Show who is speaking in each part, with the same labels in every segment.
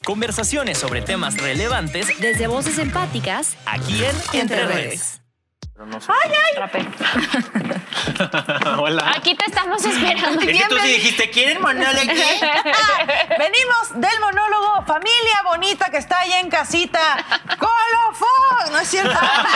Speaker 1: Conversaciones sobre temas relevantes
Speaker 2: desde voces empáticas
Speaker 1: aquí en Entre Redes.
Speaker 3: No sé. ¡Ay!
Speaker 4: Hola.
Speaker 3: Aquí te estamos esperando.
Speaker 4: Es que tú sí dijiste, ¿quieren monólogo?
Speaker 5: Venimos del monólogo Familia Bonita que está allá en casita. ¡Colofón! ¿No es cierto?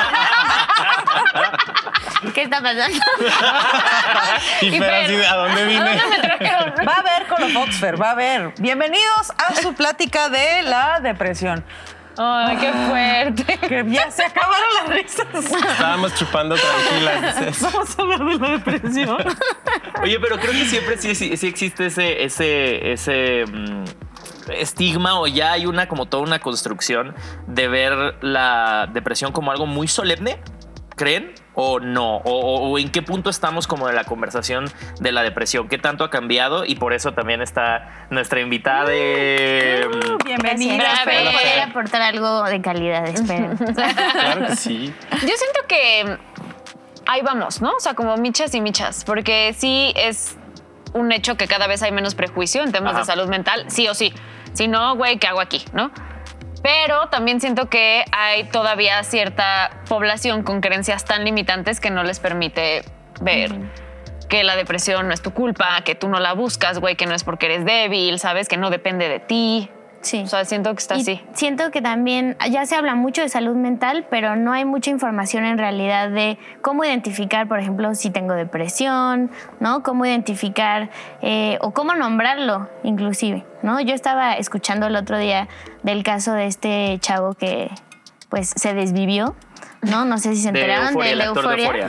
Speaker 3: ¿Qué está pasando?
Speaker 4: Y Fer así, ¿a dónde vine?
Speaker 5: Va a haber Colofox, Fer, va a haber. Bienvenidos a su plática de la depresión.
Speaker 3: ¡Ay, qué fuerte!
Speaker 5: Que ya se acabaron las risas.
Speaker 4: Estábamos chupando tranquilas.
Speaker 5: Vamos a hablar de la depresión.
Speaker 1: Oye, pero creo que siempre sí existe ese estigma, o ya hay como toda una construcción de ver la depresión como algo muy solemne. ¿Creen o no? ¿O en qué punto estamos como de la conversación de la depresión? ¿Qué tanto ha cambiado? Y por eso también está nuestra invitada de...
Speaker 5: Bienvenida.
Speaker 3: Espero poder aportar algo de calidad, espero.
Speaker 4: Claro que sí.
Speaker 6: Yo siento que ahí vamos, ¿no? O sea, como michas y michas, porque sí es un hecho que cada vez hay menos prejuicio en temas de salud mental, sí o sí. Si no, güey, ¿qué hago aquí, no? Pero también siento que hay todavía cierta población con creencias tan limitantes que no les permite ver que la depresión no es tu culpa, que tú no la buscas, güey, que no es porque eres débil, ¿sabes? Que no depende de ti.
Speaker 3: Sí.
Speaker 6: O sea, siento que está así.
Speaker 3: Siento que también ya se habla mucho de salud mental, pero no hay mucha información en realidad de cómo identificar, por ejemplo, si tengo depresión, ¿no? Cómo identificar o cómo nombrarlo, inclusive, ¿no? Yo estaba escuchando el otro día del caso de este chavo que, pues, se desvivió, ¿no? No sé si se enteraron de la Euforia.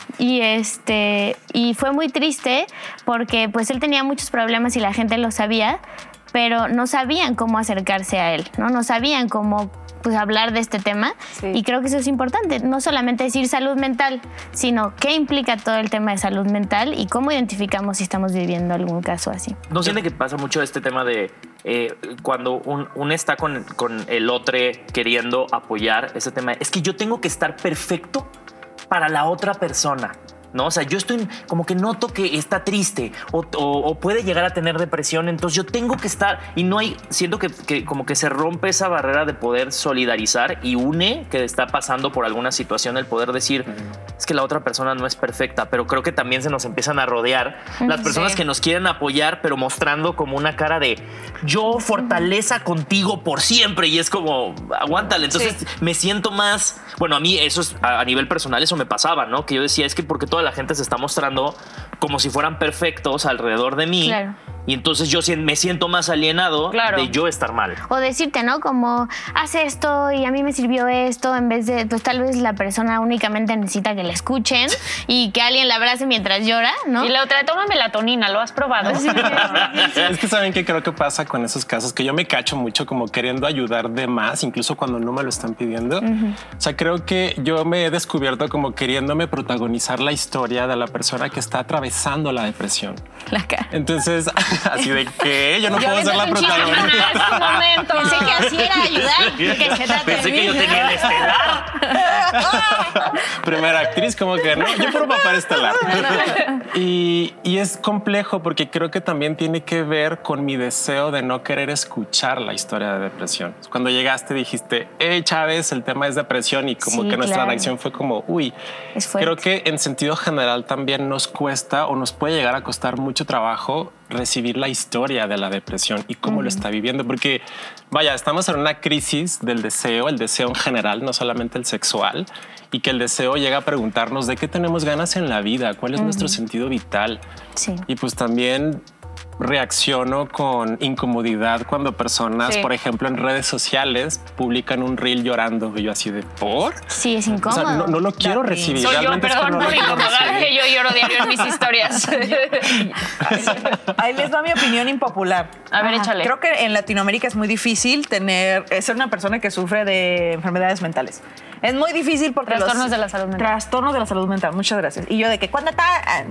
Speaker 3: Y fue muy triste porque, pues, él tenía muchos problemas y la gente lo sabía, pero no sabían cómo acercarse a él, ¿no? No sabían cómo, pues, hablar de este tema. Sí. Y creo que eso es importante, no solamente decir salud mental, sino qué implica todo el tema de salud mental y cómo identificamos si estamos viviendo algún caso así.
Speaker 1: ¿No siente que pasa mucho este tema de cuando uno está con el otro queriendo apoyar ese tema? Es que yo tengo que estar perfecto para la otra persona, ¿no? O sea, yo estoy como que noto que está triste o puede llegar a tener depresión, entonces yo tengo que estar, y no hay, siento que como que se rompe esa barrera de poder solidarizar y une que está pasando por alguna situación, el poder decir, es que la otra persona no es perfecta, pero creo que también se nos empiezan a rodear las personas que nos quieren apoyar, pero mostrando como una cara de yo fortaleza contigo por siempre, y es como, aguántale, entonces me siento más, bueno, a mí eso es, a nivel personal eso me pasaba, ¿no? Que yo decía, es que porque toda la gente se está mostrando como si fueran perfectos alrededor de mí, claro. Y entonces yo me siento más alienado de yo estar mal.
Speaker 3: O decirte, ¿no? Como, haz esto y a mí me sirvió esto, en vez de, pues tal vez la persona únicamente necesita que la escuchen y que alguien la abrace mientras llora, ¿no?
Speaker 6: Y la otra, toma melatonina, ¿lo has probado?
Speaker 4: Es que ¿saben qué creo que pasa con esos casos? Que yo me cacho mucho como queriendo ayudar de más, incluso cuando no me lo están pidiendo. O sea, creo que yo me he descubierto como queriéndome protagonizar la historia de la persona que está atravesando la depresión.
Speaker 3: La cara.
Speaker 4: Entonces, así de que yo no puedo ser la protagonista.
Speaker 3: En este momento pensé que así era ayudar.
Speaker 1: Pensé que yo tenía el estelar.
Speaker 4: Primera actriz, como que no, yo por papá estelar. Y es complejo porque creo que también tiene que ver con mi deseo de no querer escuchar la historia de depresión. Cuando llegaste dijiste, hey Chávez, el tema es depresión, y como que nuestra reacción fue como, uy, creo que en sentido general también nos cuesta o nos puede llegar a costar mucho trabajo recibir la historia de la depresión y cómo lo está viviendo, porque vaya, estamos en una crisis del deseo, el deseo en general, no solamente el sexual, y que el deseo llega a preguntarnos de qué tenemos ganas en la vida, cuál es nuestro sentido vital. Sí. Y pues también reacciono con incomodidad cuando personas, por ejemplo, en redes sociales publican un reel llorando, y yo así de, ¿por?
Speaker 3: Sí, es incómodo.
Speaker 4: O sea, no lo quiero recibir.
Speaker 6: Soy
Speaker 4: realmente
Speaker 6: yo, perdón por incomodar, que yo lloro diario en mis historias.
Speaker 5: Ahí les va mi opinión impopular.
Speaker 6: A ver, échale.
Speaker 5: Creo que en Latinoamérica es muy difícil ser una persona que sufre de enfermedades mentales. Es muy difícil porque
Speaker 6: trastornos de la salud mental.
Speaker 5: Trastornos de la salud mental, muchas gracias. Y yo de que, ¿cuándo está?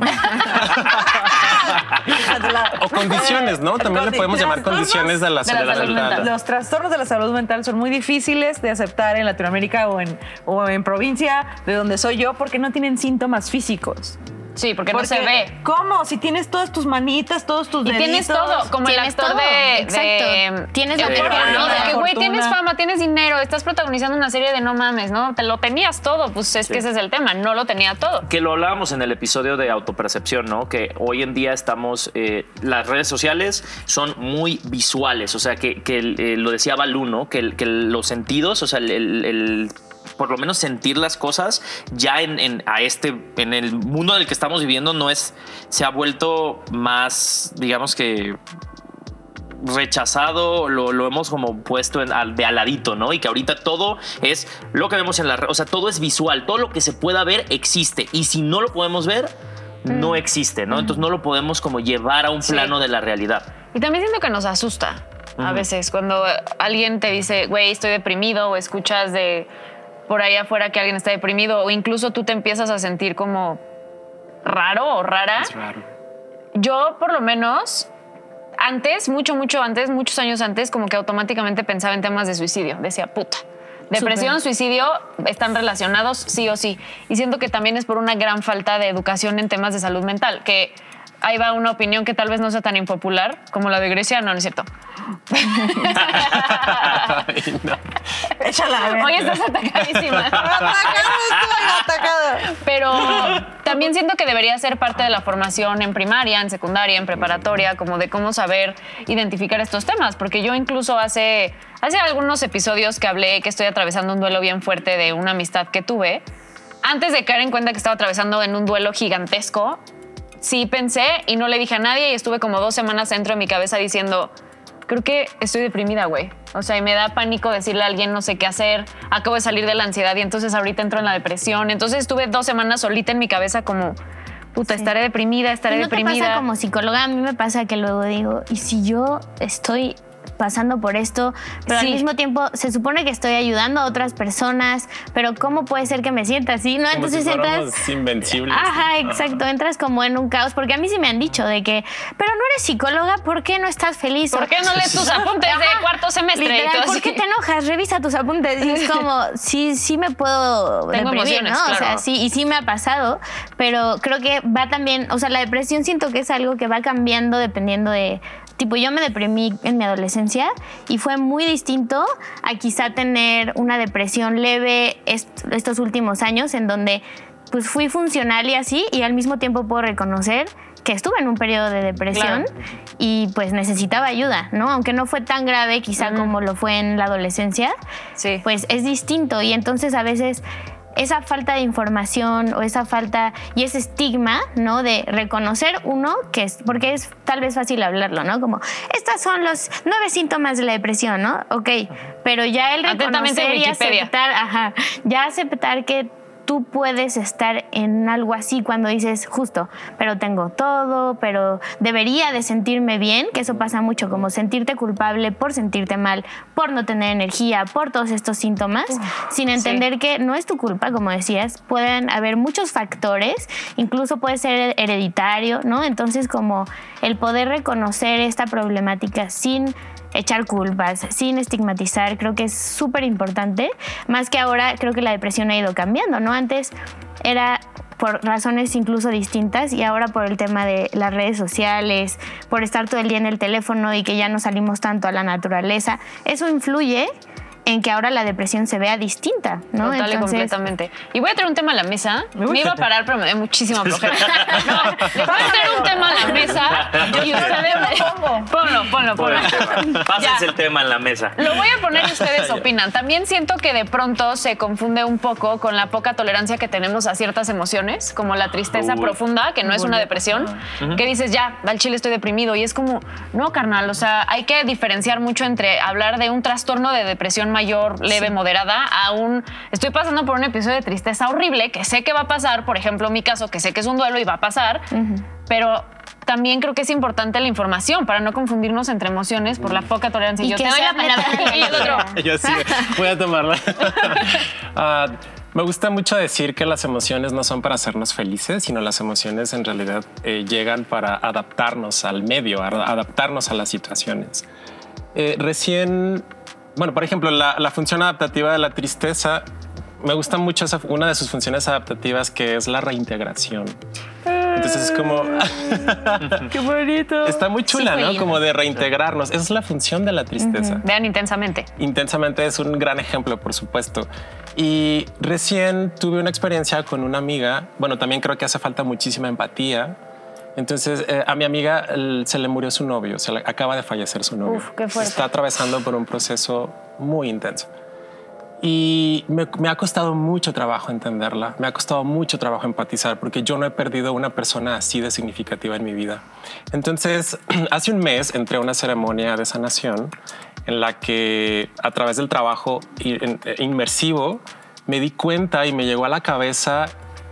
Speaker 4: O condiciones, ¿no? También le podemos llamar condiciones de la salud mental.
Speaker 5: Los trastornos de la salud mental son muy difíciles de aceptar en Latinoamérica o en provincia de donde soy yo, porque no tienen síntomas físicos.
Speaker 6: Sí, porque no se ve.
Speaker 5: ¿Cómo? Si tienes todas tus manitas, todos tus deditos.
Speaker 6: Y tienes todo, como el
Speaker 3: Tienes
Speaker 6: actor
Speaker 3: todo. Exacto. Tienes la
Speaker 6: fortuna, ¿no? De que, güey,
Speaker 5: fortuna.
Speaker 6: tienes fama, tienes dinero, estás protagonizando una serie de no mames, ¿no? Te lo tenías todo, pues es que ese es el tema, no lo tenía todo.
Speaker 1: Que lo hablábamos en el episodio de autopercepción, ¿no? Que hoy en día estamos, las redes sociales son muy visuales, o sea, que lo decía Balú, ¿no? Que los sentidos, o sea, por lo menos sentir las cosas ya en el mundo en el que estamos viviendo se ha vuelto más, digamos que rechazado, lo hemos como puesto de aladito, ¿no? Y que ahorita todo es lo que vemos en la red, o sea, todo es visual, todo lo que se pueda ver existe y si no lo podemos ver, no existe, ¿no? Entonces no lo podemos como llevar a un plano de la realidad.
Speaker 6: Y también siento que nos asusta a veces cuando alguien te dice, güey, estoy deprimido, o escuchas de por ahí afuera que alguien está deprimido, o incluso tú te empiezas a sentir como raro o rara.
Speaker 4: Es raro.
Speaker 6: Yo, por lo menos, antes, muchos años antes, como que automáticamente pensaba en temas de suicidio. Decía, puta, depresión, suicidio están relacionados sí o sí. Y siento que también es por una gran falta de educación en temas de salud mental, que ahí va una opinión que tal vez no sea tan impopular como la de Grecia. No, no es cierto.
Speaker 4: Ay, no.
Speaker 5: Échala.
Speaker 6: Hoy estás atacadísima.
Speaker 5: Atacada.
Speaker 6: Pero también siento que debería ser parte de la formación en primaria, en secundaria, en preparatoria, como de cómo saber identificar estos temas. Porque yo incluso hace algunos episodios que hablé que estoy atravesando un duelo bien fuerte de una amistad que tuve, antes de caer en cuenta que estaba atravesando en un duelo gigantesco, sí pensé y no le dije a nadie y estuve como 2 semanas dentro de mi cabeza diciendo, creo que estoy deprimida, güey. O sea, y me da pánico decirle a alguien no sé qué hacer, acabo de salir de la ansiedad y entonces ahorita entro en la depresión. Entonces estuve 2 semanas solita en mi cabeza como, puta, estaré deprimida, estaré
Speaker 3: ¿Y no
Speaker 6: deprimida.
Speaker 3: te pasa como psicóloga? A mí me pasa que luego digo, ¿y si yo estoy pasando por esto, pero al mismo tiempo se supone que estoy ayudando a otras personas, pero ¿cómo puede ser que me sienta así? ¿No?
Speaker 4: Como
Speaker 3: Entonces
Speaker 4: si
Speaker 3: entras...
Speaker 4: fuéramos invencibles.
Speaker 3: Ajá, exacto, entras como en un caos, porque a mí sí me han dicho de que, pero no eres psicóloga, ¿por qué no estás feliz?
Speaker 6: ¿Por qué no lees tus apuntes de cuarto semestre?
Speaker 3: Literal,
Speaker 6: Y todo
Speaker 3: ¿por
Speaker 6: así?
Speaker 3: qué te enojas? Revisa tus apuntes. Y es como, sí me puedo
Speaker 6: Tengo
Speaker 3: deprimir,
Speaker 6: emociones,
Speaker 3: ¿no?
Speaker 6: claro.
Speaker 3: O sea, sí, y sí me ha pasado, pero creo que va también, o sea, la depresión siento que es algo que va cambiando dependiendo de... Tipo, yo me deprimí en mi adolescencia y fue muy distinto a quizá tener una depresión leve estos últimos años en donde pues fui funcional y así, y al mismo tiempo puedo reconocer que estuve en un periodo de depresión y pues necesitaba ayuda, ¿no? Aunque no fue tan grave quizá como lo fue en la adolescencia,
Speaker 6: Sí.
Speaker 3: pues es distinto y entonces a veces esa falta de información o esa falta y ese estigma, ¿no? De reconocer uno que es, porque es tal vez fácil hablarlo, ¿no? Como, estos son los 9 síntomas de la depresión, ¿no? Ok, pero ya el
Speaker 6: Atentamente
Speaker 3: reconocer y
Speaker 6: Wikipedia.
Speaker 3: aceptar, ya aceptar que tú puedes estar en algo así cuando dices, justo, pero tengo todo, pero debería de sentirme bien, que eso pasa mucho, como sentirte culpable por sentirte mal, por no tener energía, por todos estos síntomas, sin entender que no es tu culpa, como decías, pueden haber muchos factores, incluso puede ser hereditario, ¿no? Entonces, como el poder reconocer esta problemática sin echar culpas, sin estigmatizar, creo que es súper importante, más que ahora creo que la depresión ha ido cambiando, ¿no? Antes era por razones incluso distintas y ahora por el tema de las redes sociales, por estar todo el día en el teléfono y que ya no salimos tanto a la naturaleza, eso influye en que ahora la depresión se vea distinta, ¿no?
Speaker 6: Total y completamente. Y voy a traer un tema a la mesa. Me iba a parar, pero me dio muchísima flojera. No, les voy a traer un tema a la mesa y ustedes Ponlo.
Speaker 1: Pásense el tema en la mesa.
Speaker 6: Lo voy a poner y ustedes opinan. También siento que de pronto se confunde un poco con la poca tolerancia que tenemos a ciertas emociones, como la tristeza profunda, que no es una depresión, que dices, ya, al chile estoy deprimido. Y es como, no, carnal, o sea, hay que diferenciar mucho entre hablar de un trastorno de depresión mayor, leve, moderada, a un estoy pasando por un episodio de tristeza horrible que sé que va a pasar, por ejemplo, en mi caso, que sé que es un duelo y va a pasar, pero también creo que es importante la información para no confundirnos entre emociones por la poca tolerancia.
Speaker 3: Y
Speaker 6: Yo
Speaker 3: que
Speaker 6: te doy
Speaker 3: se
Speaker 6: la
Speaker 3: hable
Speaker 6: palabra
Speaker 3: también.
Speaker 6: y el otro.
Speaker 4: Yo sí, voy a tomarla. Me gusta mucho decir que las emociones no son para hacernos felices, sino las emociones en realidad llegan para adaptarnos al medio, adaptarnos a las situaciones. Bueno, por ejemplo, la función adaptativa de la tristeza, me gusta mucho una de sus funciones adaptativas, que es la reintegración. Entonces es como...
Speaker 5: ¡Qué bonito!
Speaker 4: Está muy chula,
Speaker 3: Sí,
Speaker 4: ¿no?
Speaker 3: lindo.
Speaker 4: Como de reintegrarnos. Esa es la función de la tristeza.
Speaker 6: Vean Intensamente.
Speaker 4: Intensamente es un gran ejemplo, por supuesto. Y recién tuve una experiencia con una amiga. Bueno, también creo que hace falta muchísima empatía. Entonces, a mi amiga se le murió su novio, acaba de fallecer su novio.
Speaker 3: Uf, qué fuerte.
Speaker 4: Está atravesando por un proceso muy intenso. Y me ha costado mucho trabajo entenderla, me ha costado mucho trabajo empatizar, porque yo no he perdido una persona así de significativa en mi vida. Entonces, hace un mes entré a una ceremonia de sanación en la que a través del trabajo inmersivo me di cuenta y me llegó a la cabeza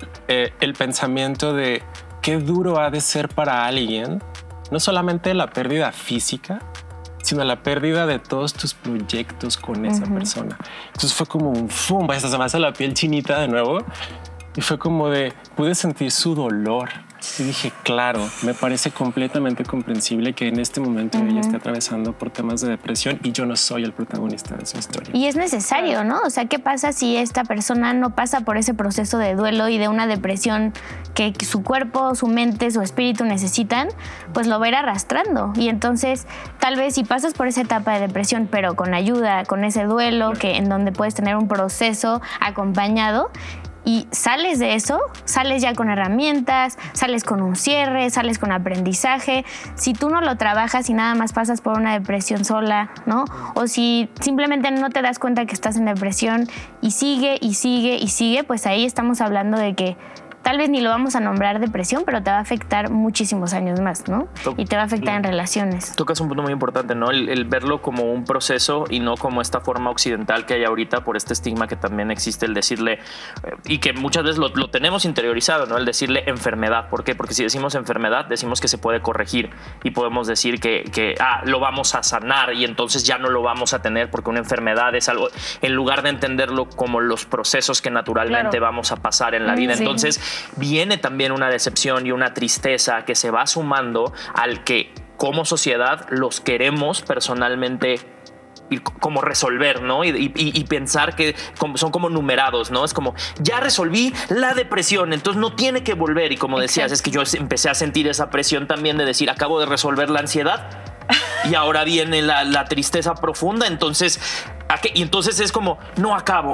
Speaker 4: el pensamiento de qué duro ha de ser para alguien, no solamente la pérdida física, sino la pérdida de todos tus proyectos con esa persona. Entonces fue como un fum, hasta se me hace la piel chinita de nuevo. Y fue como de, pude sentir su dolor. Y dije, claro, me parece completamente comprensible que en este momento ella esté atravesando por temas de depresión y yo no soy el protagonista de su historia.
Speaker 3: Y es necesario, ¿no? O sea, ¿qué pasa si esta persona no pasa por ese proceso de duelo y de una depresión que su cuerpo, su mente, su espíritu necesitan? Pues lo va a ir arrastrando. Y entonces, tal vez si pasas por esa etapa de depresión, pero con ayuda, con ese duelo, que en donde puedes tener un proceso acompañado, y sales de eso, sales ya con herramientas, sales con un cierre, sales con aprendizaje. Si tú no lo trabajas y nada más pasas por una depresión sola, ¿no? O si simplemente no te das cuenta que estás en depresión y sigue, pues ahí estamos hablando de que tal vez ni lo vamos a nombrar depresión, pero te va a afectar muchísimos años más, ¿no? Y te va a afectar en relaciones.
Speaker 1: Tocas un punto muy importante, ¿no? El verlo como un proceso y no como esta forma occidental que hay ahorita por este estigma que también existe, el decirle, y que muchas veces lo tenemos interiorizado, ¿no? El decirle enfermedad. ¿Por qué? Porque si decimos enfermedad, decimos que se puede corregir y podemos decir que lo vamos a sanar y entonces ya no lo vamos a tener porque una enfermedad es algo, en lugar de entenderlo como los procesos que naturalmente vamos a pasar en la vida.
Speaker 6: Sí.
Speaker 1: Entonces, viene también una decepción y una tristeza que se va sumando al que como sociedad los queremos personalmente como resolver, ¿no? Y pensar que son como numerados, ¿no? Es como, ya resolví la depresión, entonces no tiene que volver. Y como decías, es que yo empecé a sentir esa presión también de decir, acabo de resolver la ansiedad y ahora viene la tristeza profunda. Entonces, y entonces es como, no acabo.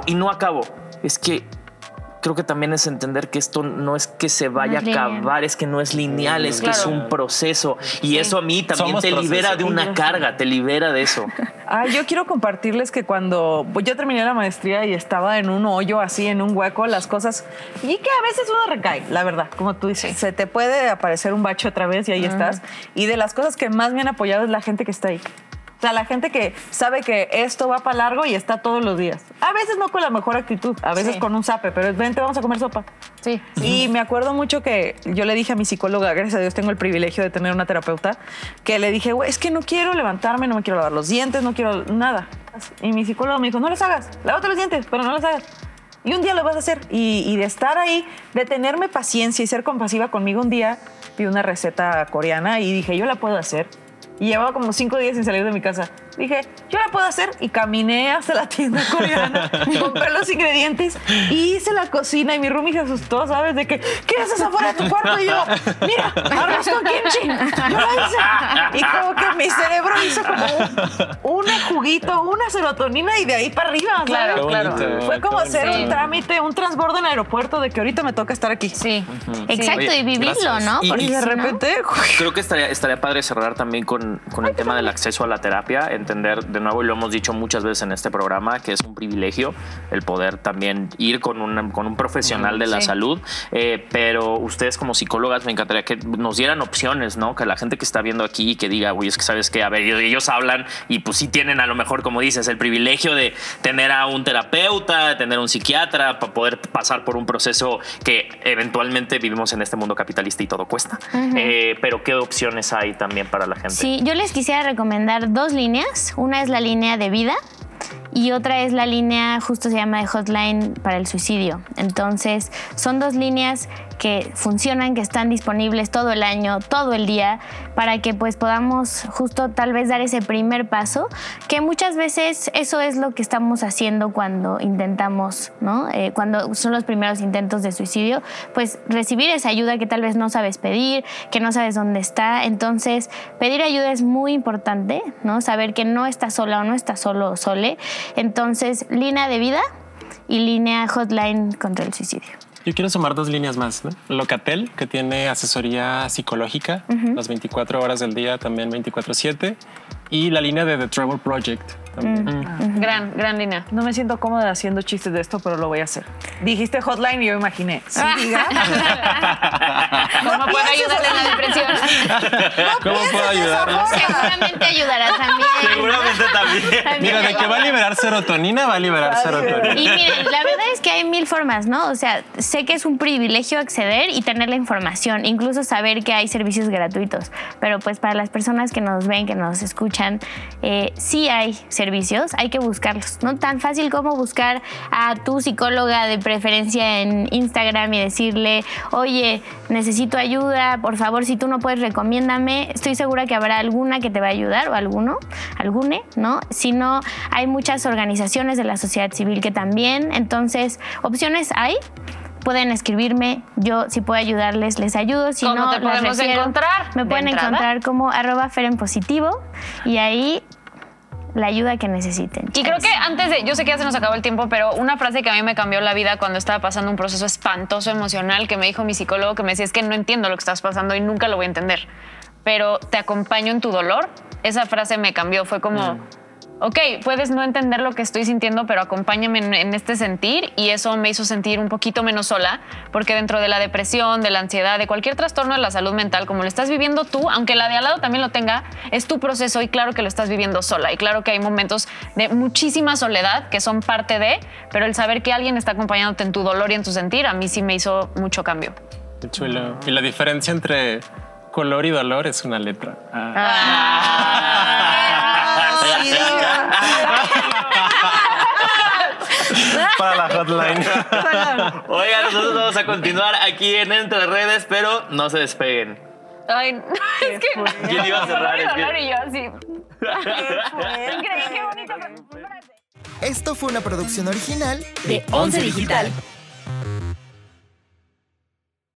Speaker 1: Es que creo que también es entender que esto no es que se vaya a acabar, es que no es lineal, es que es un proceso. Y eso a mí también te libera de una carga, te libera de eso.
Speaker 5: Yo quiero compartirles que cuando yo terminé la maestría y estaba en un hoyo así, en un hueco, las cosas, y que a veces uno recae, la verdad, como tú dices, se te puede aparecer un bache otra vez y ahí estás. Y de las cosas que más me han apoyado es la gente que está ahí. O sea, la gente que sabe que esto va para largo y está todos los días. A veces no con la mejor actitud, a veces con un zape, pero vente, vamos a comer sopa.
Speaker 6: Sí.
Speaker 5: Y me acuerdo mucho que yo le dije a mi psicóloga, gracias a Dios tengo el privilegio de tener una terapeuta, que le dije, güey, es que no quiero levantarme, no me quiero lavar los dientes, no quiero nada. Y mi psicóloga me dijo, no las hagas, lávate los dientes, pero no las hagas. Y un día lo vas a hacer. Y de estar ahí, de tenerme paciencia y ser compasiva conmigo, un día vi una receta coreana y dije, yo la puedo hacer. Y llevaba como 5 días sin salir de mi casa. Dije, yo la puedo hacer. Y caminé hasta la tienda coreana, compré los ingredientes y hice la cocina. Y mi roomie se asustó, ¿sabes? De que, ¿qué haces afuera de tu cuarto? Y yo, mira, arroz con kimchi. Yo lo hice. Y como que mi cerebro hizo como un juguito, una serotonina y de ahí para arriba, ¿sabes?
Speaker 6: Claro.
Speaker 5: Fue como hacer un trámite, un transbordo en el aeropuerto de que ahorita me toca estar aquí.
Speaker 6: Sí.
Speaker 3: Exacto,
Speaker 1: Oye,
Speaker 3: y vivirlo,
Speaker 4: gracias.
Speaker 3: ¿no?
Speaker 1: Y
Speaker 3: Porque
Speaker 5: de
Speaker 3: si no-
Speaker 5: repente...
Speaker 1: Creo que estaría padre cerrar también con el tema del acceso a la terapia, entender de nuevo, y lo hemos dicho muchas veces en este programa, que es un privilegio el poder también ir con un profesional de la salud, pero ustedes como psicólogas me encantaría que nos dieran opciones, ¿no? Que la gente que está viendo aquí que diga, uy, es que sabes que, a ver, ellos hablan y pues sí tienen a lo mejor, como dices, el privilegio de tener a un terapeuta, de tener un psiquiatra, para poder pasar por un proceso que eventualmente vivimos en este mundo capitalista y todo cuesta. Pero ¿qué opciones hay también para la gente?
Speaker 3: Sí, yo les quisiera recomendar 2 líneas. Una es la línea de vida y otra es la línea, justo se llama de Hotline para el Suicidio. Entonces, son 2 líneas que funcionan, que están disponibles todo el año, todo el día, para que pues podamos justo tal vez dar ese primer paso, que muchas veces eso es lo que estamos haciendo cuando intentamos, ¿no? Cuando son los primeros intentos de suicidio, pues recibir esa ayuda que tal vez no sabes pedir, que no sabes dónde está. Entonces, pedir ayuda es muy importante, ¿no? Saber que no estás sola o no estás solo o sole. Entonces, línea de vida y línea Hotline contra el suicidio.
Speaker 4: Yo quiero sumar 2 líneas más, ¿no? Locatel, que tiene asesoría psicológica las 24 horas del día, también 24/7. Y la línea de The Travel Project también.
Speaker 6: Gran línea.
Speaker 5: No me siento cómoda haciendo chistes de esto, pero lo voy a hacer. Dijiste Hotline y yo imaginé. Sí, diga.
Speaker 6: ¿Cómo puedo ayudarle en la depresión?
Speaker 4: ¿Cómo puedo ayudarlos?
Speaker 3: Seguramente ayudará también.
Speaker 1: Seguramente también.
Speaker 4: Mira, de que va a liberar serotonina, va a liberar serotonina.
Speaker 3: Y miren, la verdad es que hay 1000 formas, ¿no? O sea, sé que es un privilegio acceder y tener la información, incluso saber que hay servicios gratuitos, pero pues para las personas que nos ven, que nos escuchan, sí hay servicios, hay que buscarlos. No tan fácil como buscar a tu psicóloga de preferencia en Instagram y decirle, oye, necesito ayuda, por favor, si tú no puedes, recomiéndame. Estoy segura que habrá alguna que te va a ayudar o algune, ¿no? Si no, hay muchas organizaciones de la sociedad civil que también. Entonces, opciones hay. Pueden escribirme, yo si puedo ayudarles, les ayudo. Si
Speaker 6: ¿Cómo
Speaker 3: no,
Speaker 6: te podemos encontrar?
Speaker 3: Me pueden encontrar como @ferenpositivo y ahí la ayuda que necesiten.
Speaker 6: Y creo que antes de, yo sé que ya se nos acabó el tiempo, pero una frase que a mí me cambió la vida cuando estaba pasando un proceso espantoso emocional que me dijo mi psicólogo, que me decía, es que no entiendo lo que estás pasando y nunca lo voy a entender, pero te acompaño en tu dolor. Esa frase me cambió, fue como... Ok, puedes no entender lo que estoy sintiendo, pero acompáñame en este sentir, y eso me hizo sentir un poquito menos sola, porque dentro de la depresión, de la ansiedad, de cualquier trastorno de la salud mental, como lo estás viviendo tú, aunque la de al lado también lo tenga, es tu proceso y claro que lo estás viviendo sola, y claro que hay momentos de muchísima soledad que son parte de, pero el saber que alguien está acompañándote en tu dolor y en tu sentir, a mí sí me hizo mucho cambio.
Speaker 4: Qué chulo. Y la diferencia entre color y dolor es una letra. Para la Hotline.
Speaker 1: Oigan, nosotros vamos a continuar aquí en Entre Redes, pero no se despeguen.
Speaker 6: Ay, es que...
Speaker 1: ¿Quién iba a cerrar? Es que-
Speaker 6: dolor y yo así. Increíble, qué bonito.
Speaker 2: Esto fue una producción original
Speaker 7: de Once Digital.